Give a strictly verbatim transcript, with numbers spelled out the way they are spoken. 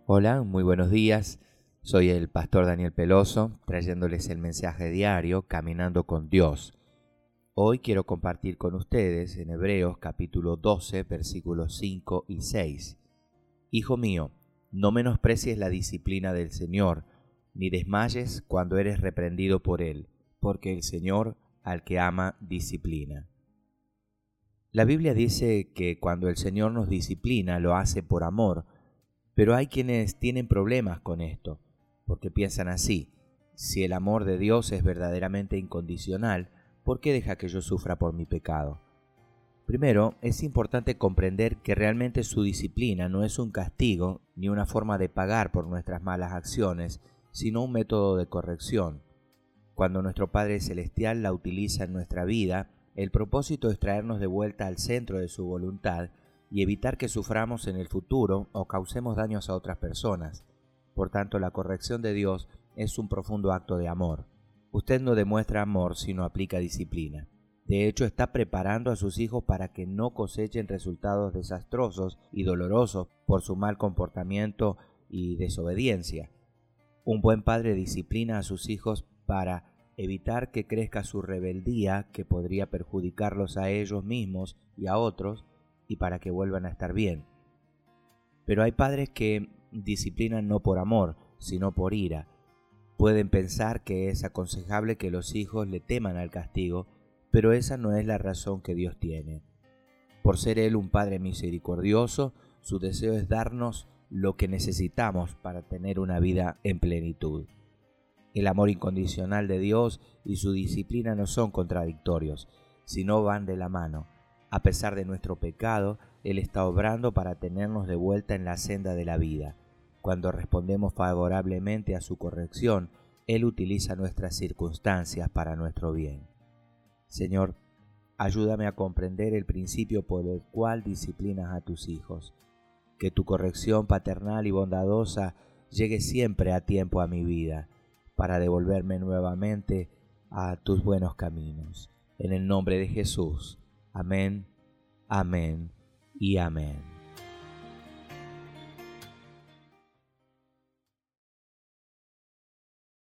Hola, muy buenos días. Soy el pastor Daniel Peloso, trayéndoles el mensaje diario Caminando con Dios. Hoy quiero compartir con ustedes en Hebreos capítulo doce, versículos cinco y seis. Hijo mío, no menosprecies la disciplina del Señor, ni desmayes cuando eres reprendido por Él, porque el Señor al que ama disciplina. La Biblia dice que cuando el Señor nos disciplina lo hace por amor, pero hay quienes tienen problemas con esto, porque piensan así: si el amor de Dios es verdaderamente incondicional, ¿por qué deja que yo sufra por mi pecado? Primero, es importante comprender que realmente su disciplina no es un castigo ni una forma de pagar por nuestras malas acciones, sino un método de corrección. Cuando nuestro Padre Celestial la utiliza en nuestra vida, el propósito es traernos de vuelta al centro de su voluntad y evitar que suframos en el futuro o causemos daños a otras personas. Por tanto, la corrección de Dios es un profundo acto de amor. Usted no demuestra amor si no aplica disciplina. De hecho, está preparando a sus hijos para que no cosechen resultados desastrosos y dolorosos por su mal comportamiento y desobediencia. Un buen padre disciplina a sus hijos para evitar que crezca su rebeldía, que podría perjudicarlos a ellos mismos y a otros, y para que vuelvan a estar bien. Pero hay padres que disciplinan no por amor, sino por ira. Pueden pensar que es aconsejable que los hijos le teman al castigo, pero esa no es la razón que Dios tiene. Por ser Él un Padre misericordioso, su deseo es darnos lo que necesitamos para tener una vida en plenitud. El amor incondicional de Dios y su disciplina no son contradictorios, sino van de la mano. A pesar de nuestro pecado, Él está obrando para tenernos de vuelta en la senda de la vida. Cuando respondemos favorablemente a su corrección, Él utiliza nuestras circunstancias para nuestro bien. Señor, ayúdame a comprender el principio por el cual disciplinas a tus hijos. Que tu corrección paternal y bondadosa llegue siempre a tiempo a mi vida, para devolverme nuevamente a tus buenos caminos. En el nombre de Jesús. Amén, amén y amén.